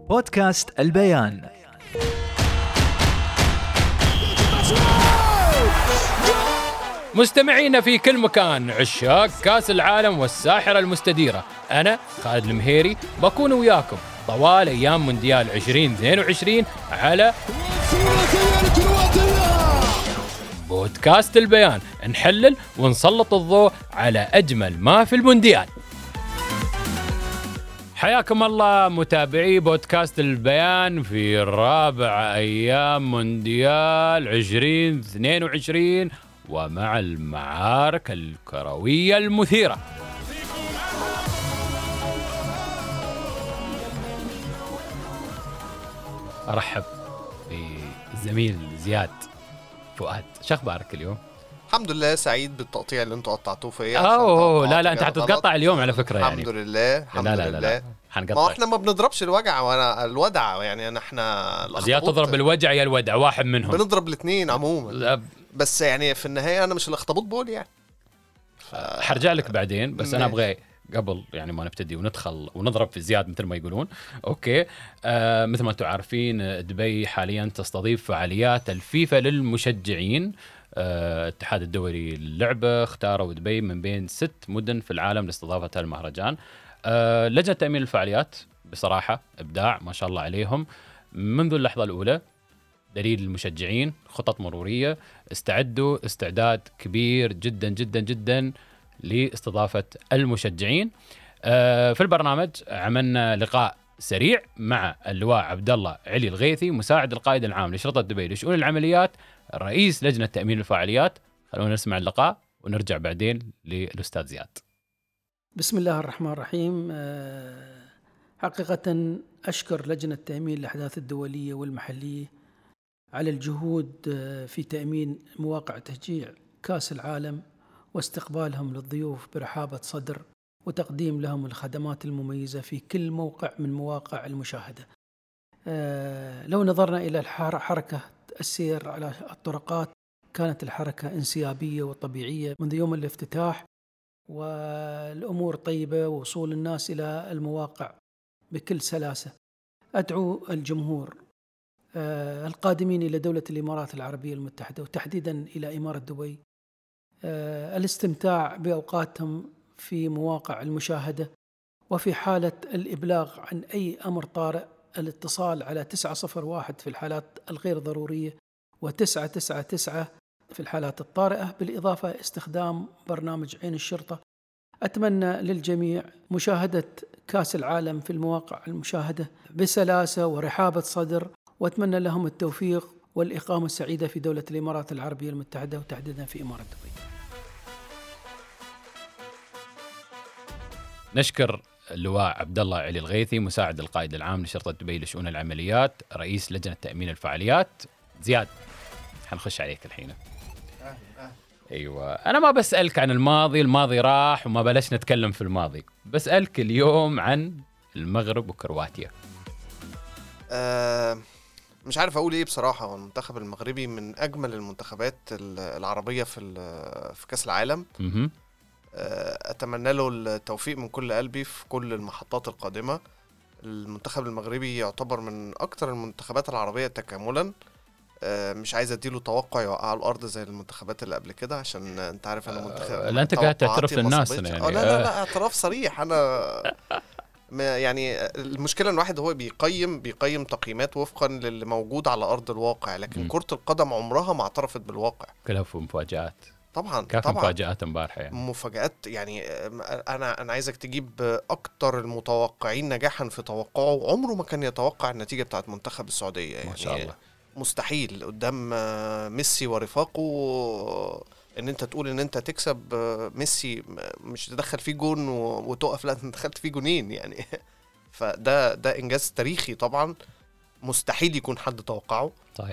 بودكاست البيان. مستمعينا في كل مكان، عشاق كاس العالم والساحرة المستديرة، أنا خالد المهيري بكون وياكم طوال أيام مونديال 2022 على بودكاست البيان. نحلل ونسلط الضوء على أجمل ما في المونديال. حياكم الله متابعي بودكاست البيان في رابع أيام مونديال 2022 ومع المعارك الكروية المثيرة. أرحب بالزميل زياد فؤاد. شو أخبارك اليوم؟ الحمد لله، سعيد بالتقطيع اللي انتوا قطعتوه فيا. لا انت هتتقطع اليوم على فكرة يعني. الحمد لله لا ما احنا ما بنضربش الوجع وانا الودع يعني احنا يا تضرب الوجع يا الودع، واحد منهم. بنضرب الاثنين عموما بس يعني في النهاية انا مش الاخطبوط بول يعني. حرجع لك بعدين بس انا ابغى قبل يعني ما نبتدي وندخل ونضرب في زياد مثل ما يقولون. اوكي. مثل ما انتم عارفين دبي حاليا تستضيف فعاليات الفيفا للمشجعين. الاتحاد الدولي للعبة اختاروا دبي من بين 6 مدن في العالم لاستضافة المهرجان. لجنة تأمين الفعاليات بصراحة إبداع ما شاء الله عليهم منذ اللحظة الأولى. دليل المشجعين خطط مرورية، استعدوا استعداد كبير جدا جدا جدا لاستضافة المشجعين. في البرنامج عملنا لقاء سريع مع اللواء عبد الله علي الغيثي مساعد القائد العام لشرطة دبي لشؤون العمليات رئيس لجنة تأمين الفعاليات. خلونا نسمع اللقاء ونرجع بعدين للأستاذ زياد. بسم الله الرحمن الرحيم. حقيقة أشكر لجنة تأمين الأحداث الدولية والمحلية على الجهود في تأمين مواقع تشجيع كأس العالم واستقبالهم للضيوف برحابة صدر وتقديم لهم الخدمات المميزة في كل موقع من مواقع المشاهدة. لو نظرنا إلى حركة السير على الطرقات، كانت الحركة انسيابية وطبيعية منذ يوم الافتتاح، والأمور طيبة ووصول الناس إلى المواقع بكل سلاسة. أدعو الجمهور القادمين إلى دولة الإمارات العربية المتحدة وتحديدا إلى إمارة دبي الاستمتاع بأوقاتهم في مواقع المشاهدة، وفي حالة الإبلاغ عن أي أمر طارئ الاتصال على 901 في الحالات الغير ضرورية و999 في الحالات الطارئة، بالإضافة استخدام برنامج عين الشرطة. أتمنى للجميع مشاهدة كأس العالم في المواقع المشاهدة بسلاسة ورحابة صدر، وأتمنى لهم التوفيق والإقامة السعيدة في دولة الإمارات العربية المتحدة وتحديدا في إمارة دبي. نشكر اللواء عبد الله علي الغيثي مساعد القائد العام لشرطة دبي لشؤون العمليات رئيس لجنة تأمين الفعاليات. زياد حنخش عليك الحين. أيوة، أنا ما بسألك عن الماضي راح وما بلاش نتكلم في الماضي، بسألك اليوم عن المغرب وكرواتيا. مش عارف أقول إيه بصراحة. المنتخب المغربي من أجمل المنتخبات العربية في كأس العالم. أتمنى له التوفيق من كل قلبي في كل المحطات القادمة. المنتخب المغربي يعتبر من أكتر المنتخبات العربية تكاملا. مش عايز اديله توقع يوقع الارض زي المنتخبات اللي قبل كده، عشان انت عارف انا منتخب. لا انت قاعد تعترف للناس يعني. لا اعتراف صريح. انا يعني المشكله ان الواحد هو بيقيم تقييمات وفقا للي موجود على ارض الواقع، لكن كرة القدم عمرها ما اعترفت بالواقع. كلها في مفاجآت. طبعا مفاجآت امبارح يعني. مفاجآت يعني. انا عايزك تجيب اكتر المتوقعين نجاحا في توقعه. عمره ما كان يتوقع النتيجه بتاعت منتخب السعوديه يعني. ما شاء الله. مستحيل قدام ميسي ورفاقه ان انت تقول ان انت تكسب ميسي مش تدخل فيه جون وتقف. لا، انت دخلت فيه جونين يعني. فده انجاز تاريخي طبعا، مستحيل يكون حد توقعه. صحيح.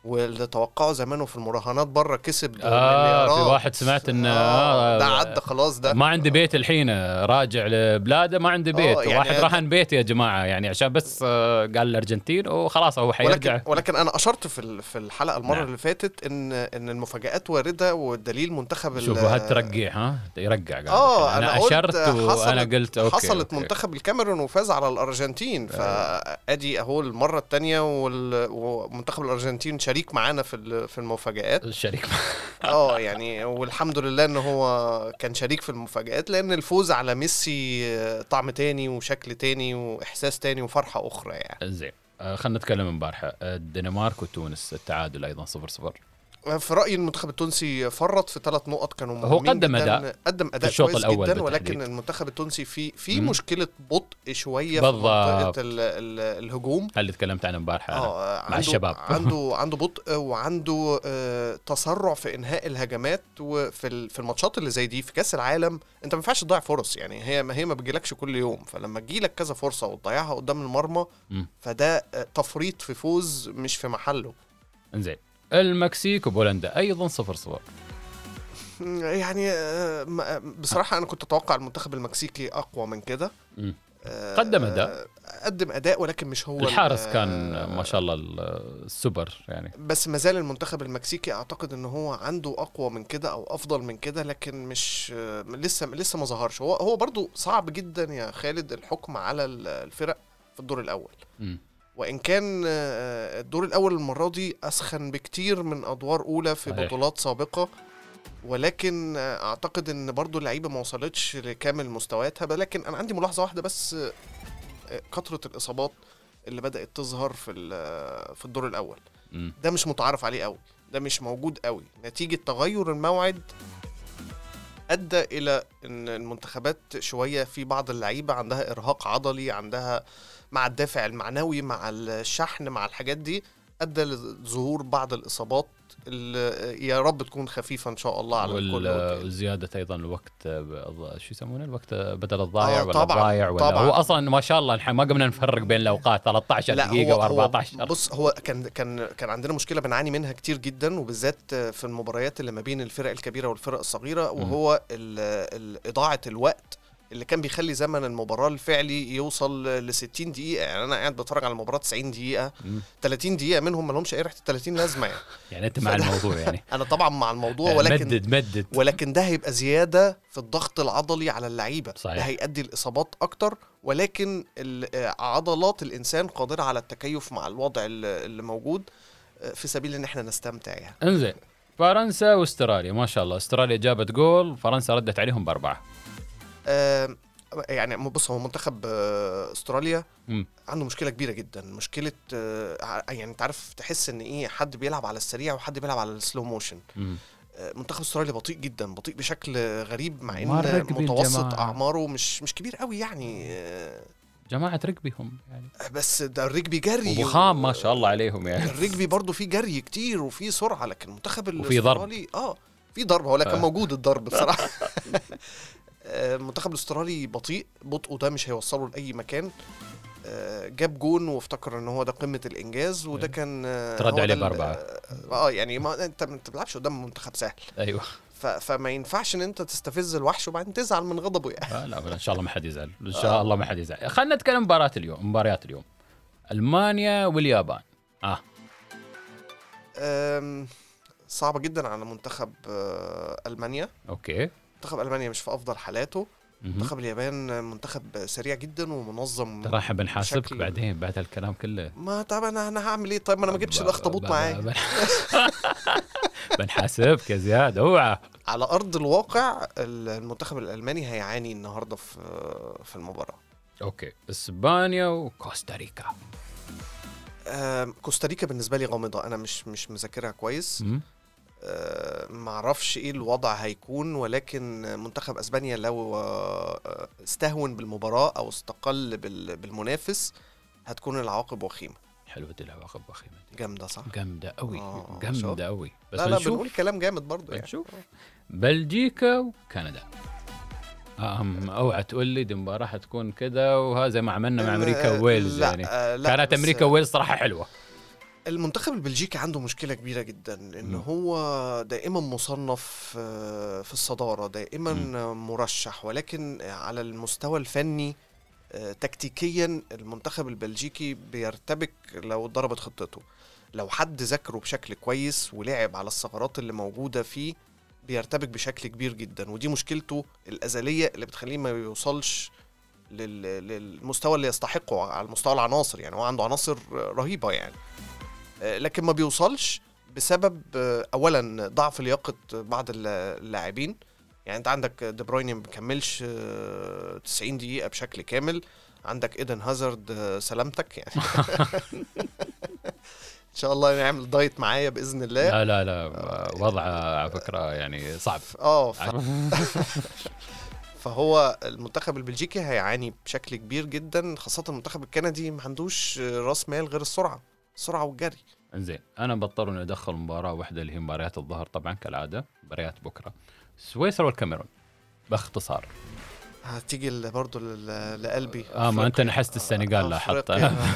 واللي توقعه زمانه في المراهنات بره كسب في مليارات. واحد سمعت ان ده عدى خلاص، ده ما عندي بيت الحين، راجع لبلاده ما عندي بيت. يعني واحد رهن بيت يا جماعه يعني عشان بس قال الارجنتين وخلاص هو حيرجع. ولكن انا اشرت في الحلقه المره اللي فاتت ان المفاجآت وارده، والدليل منتخب شوفوا هترجع يرجع انا اشرت وانا قلت اوكي حصلت أوكي. منتخب الكاميرون وفاز على الارجنتين، فادي اهو المره الثانيه ومنتخب الارجنتين شريك معانا في المفاجآت. الشريك يعني والحمد لله ان هو كان شريك في المفاجآت، لان الفوز على ميسي طعم تاني وشكل تاني واحساس تاني وفرحه اخرى يعني. زين خلينا نتكلم امبارح الدنمارك وتونس التعادل ايضا 0-0. في رأيي المنتخب التونسي فرط في 3 نقط كانوا هو قدم أداء الشوط كويس الأول جدا، ولكن المنتخب التونسي في مشكلة بطء شوية في منطقة الهجوم اللي تكلمت عنه امبارح مع الشباب. عنده بطء وعنده تسرع في إنهاء الهجمات، وفي الماتشات اللي زي دي في كأس العالم انت ما ينفعش تضيع فرص، يعني هي ما بتجيلكش كل يوم، فلما تجيلك كذا فرصة وتضيعها قدام المرمى فده تفريط في فوز مش في محله. انزين المكسيك وبولندا أيضا 0-0. يعني بصراحة أنا كنت أتوقع المنتخب المكسيكي أقوى من كده. قدم أداء ولكن مش هو الحارس كان ما شاء الله السوبر يعني، بس مازال المنتخب المكسيكي أعتقد أنه هو عنده أقوى من كده أو أفضل من كده، لكن مش لسه ما ظهرش. هو برضو صعب جدا يا خالد الحكم على الفرق في الدور الأول. وإن كان الدور الأول المرة دي أسخن بكتير من أدوار أولى في بطولات سابقة، ولكن أعتقد أن برضو اللعيبة ما وصلتش لكامل مستوياتها. لكن أنا عندي ملاحظة واحدة بس، كثرة الإصابات اللي بدأت تظهر في الدور الأول ده مش متعارف عليه قوي، ده مش موجود قوي نتيجة تغير الموعد أدى إلى أن المنتخبات شوية في بعض اللعيبة عندها إرهاق عضلي، عندها مع الدافع المعنوي مع الشحن مع الحاجات دي، أدى لظهور بعض الإصابات اللي يا رب تكون خفيفة إن شاء الله على الكل. وزيادة أيضا الوقت، شو يسمونه الوقت بدل الضايع ولا الضايع ولا طبعًا. هو أصلا ما شاء الله ما قمنا نفرق بين الأوقات 13 دقيقة و14. بص هو كان عندنا مشكلة بنعاني منها كتير جدا، وبالذات في المباريات اللي ما بين الفرق الكبيرة والفرق الصغيرة، وهو إضاعة الوقت اللي كان بيخلي زمن المباراة الفعلي يوصل ل60 دقيقة. يعني أنا قاعد بتفرج على المباراة 90 دقيقة، 30 دقيقة منهم ما لهمش أي ريحة 30 لازمة يعني أنت مع الموضوع يعني. أنا طبعا مع الموضوع، ولكن ده هيبقى زيادة في الضغط العضلي على اللعيبة، ده هيؤدي الإصابات أكتر، ولكن عضلات الإنسان قادرة على التكيف مع الوضع اللي موجود في سبيل إن احنا نستمتع يعني. انزين فرنسا واستراليا، ما شاء الله استراليا جابت جول، فرنسا ردت عليهم ب4. يعني بص هو منتخب استراليا عنده مشكله كبيره جدا، مشكله يعني انت عارف تحس ان ايه، حد بيلعب على السريع وحد بيلعب على السلو موشن. منتخب استراليا بطيء جدا، بطيء بشكل غريب، مع ان متوسط اعماره مش كبير قوي يعني. جماعه رجبي هم يعني، بس ده الرجبي جري وبخام ما شاء الله عليهم يعني. الرجبي برضو فيه جري كتير وفيه سرعه، لكن المنتخب الاسترالي في ضرب، ولا كان موجود الضرب بصراحه. المنتخب الاسترالي بطئه ده مش هيوصله لأي مكان. جاب جون وافتكر ان هو ده قمة الانجاز، وده كان ترد عليه ب4. يعني ما انت بتلعبش قدام منتخب سهل. ايوه، فما ينفعش ان انت تستفز الوحش وبعدين تزعل من غضبه يعني. لا ان شاء الله ما حد يزعل، ان شاء الله ما حد يزعل. خلينا نتكلم مباريات اليوم. المانيا واليابان. صعبة جدا على منتخب المانيا. اوكي، منتخب ألمانيا مش في أفضل حالاته. منتخب اليابان منتخب سريع جدا ومنظم. ترى احنا بنحاسبك بعدين بعد هالكلام كله. ما طبعا أنا هعمل إيه؟ طيب ما أنا ما جبتش الأخطبوط معايا. بنحاسبك يا زياد، اوعى. على أرض الواقع المنتخب الألماني هيعاني النهاردة في المباراة. أوكي، إسبانيا وكوستاريكا. كوستاريكا بالنسبة لي غامضة، أنا مش مذاكرها كويس. معرفش ايه الوضع هيكون، ولكن منتخب اسبانيا لو استهون بالمباراة او استقل بالمنافس هتكون العواقب وخيمة. حلوة العواقب وخيمة، جامدة صح؟ جامدة قوي، جامدة قوي. بس لا بنقول كلام جامد برضو يعني. نشوف بلجيكا وكندا. اوعى تقول لي دي مباراة حتكون كده وهذا ما عملنا مع امريكا وويلز يعني. كانت امريكا وويلز صراحة حلوة. المنتخب البلجيكي عنده مشكلة كبيرة جدا إن هو دائما مصنف في الصدارة، دائما مرشح، ولكن على المستوى الفني تكتيكيا المنتخب البلجيكي بيرتبك لو ضربت خطته. لو حد ذكره بشكل كويس ولعب على الثغرات اللي موجودة فيه بيرتبك بشكل كبير جدا، ودي مشكلته الأزلية اللي بتخليه ما يوصلش للمستوى اللي يستحقه على المستوى العناصر. يعني هو عنده عناصر رهيبة يعني، لكن ما بيوصلش بسبب اولا ضعف لياقه بعض اللاعبين. يعني انت عندك دي بروين ما بيكملش 90 دقيقه بشكل كامل، عندك ايدن هازارد سلامتك يعني ان شاء الله نعمل دايت معايا باذن الله. لا وضعه على فكره يعني صعب. فهو المنتخب البلجيكي هيعاني بشكل كبير جدا، خاصه المنتخب الكندي ما عندوش راس مال غير السرعه والجري. انزين انا بضطر اني ادخل مباراه واحده اللي هي مباريات الظهر طبعا كالعاده، مباريات بكره سويسرا والكاميرون باختصار. هتيجي برضو لقلبي. ما انت نحست السنغال لاحظت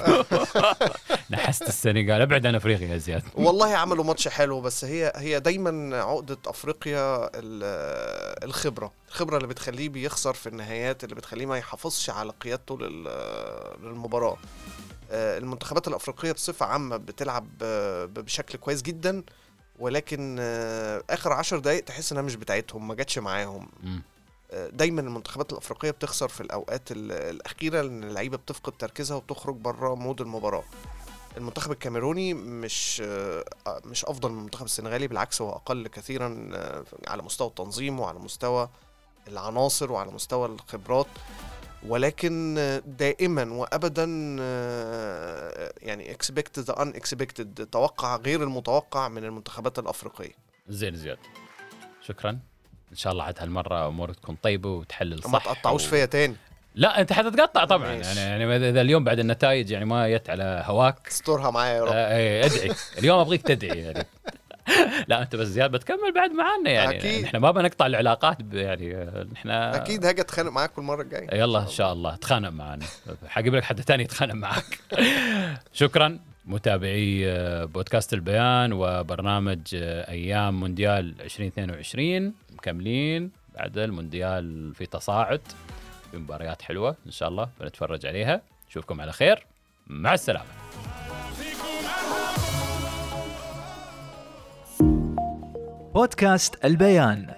نحست السنغال. ابعد عن افريقيا يا زياد. والله عملوا ماتش حلو، بس هي دايما عقدة افريقيا الخبرة اللي بتخليه بيخسر في النهايات، اللي بتخليه ما يحافظش على قيادته للمباراة. المنتخبات الافريقية بصفة عامة بتلعب بشكل كويس جدا، ولكن اخر 10 دقايق تحس انها مش بتاعتهم، ما جاتش معاهم. دايما المنتخبات الافريقيه بتخسر في الاوقات الاخيره لان اللعيبه بتفقد تركيزها وبتخرج بره مود المباراه. المنتخب الكاميروني مش افضل من المنتخب السنغالي، بالعكس هو اقل كثيرا على مستوى التنظيم وعلى مستوى العناصر وعلى مستوى الخبرات، ولكن دائما وابدا يعني expect the unexpected، توقع غير المتوقع من المنتخبات الافريقيه. زين زياد، شكرا. ان شاء الله عاد هالمره امورك تكون طيبه وتحلل صح، ما تقطعوش فيا تاني. لا انت حتتقطع طبعا يعني اذا اليوم بعد النتائج يعني ما جت على هواك استرها معايا يا رب. ادعي اليوم ابغيك تدعي يعني. لا انت بس زياد بتكمل بعد معنا يعني احنا ما بنقطع العلاقات يعني احنا اكيد هاجي اتخانق معاك المره الجايه. يلا ان شاء الله تخانق معنا، حجيب لك حد تاني يتخانق معك. شكرا متابعي بودكاست البيان وبرنامج ايام مونديال 2022. مكملين بعد المونديال في تصاعد، في مباريات حلوه ان شاء الله بنتفرج عليها. نشوفكم على خير، مع السلامه. بودكاست البيان.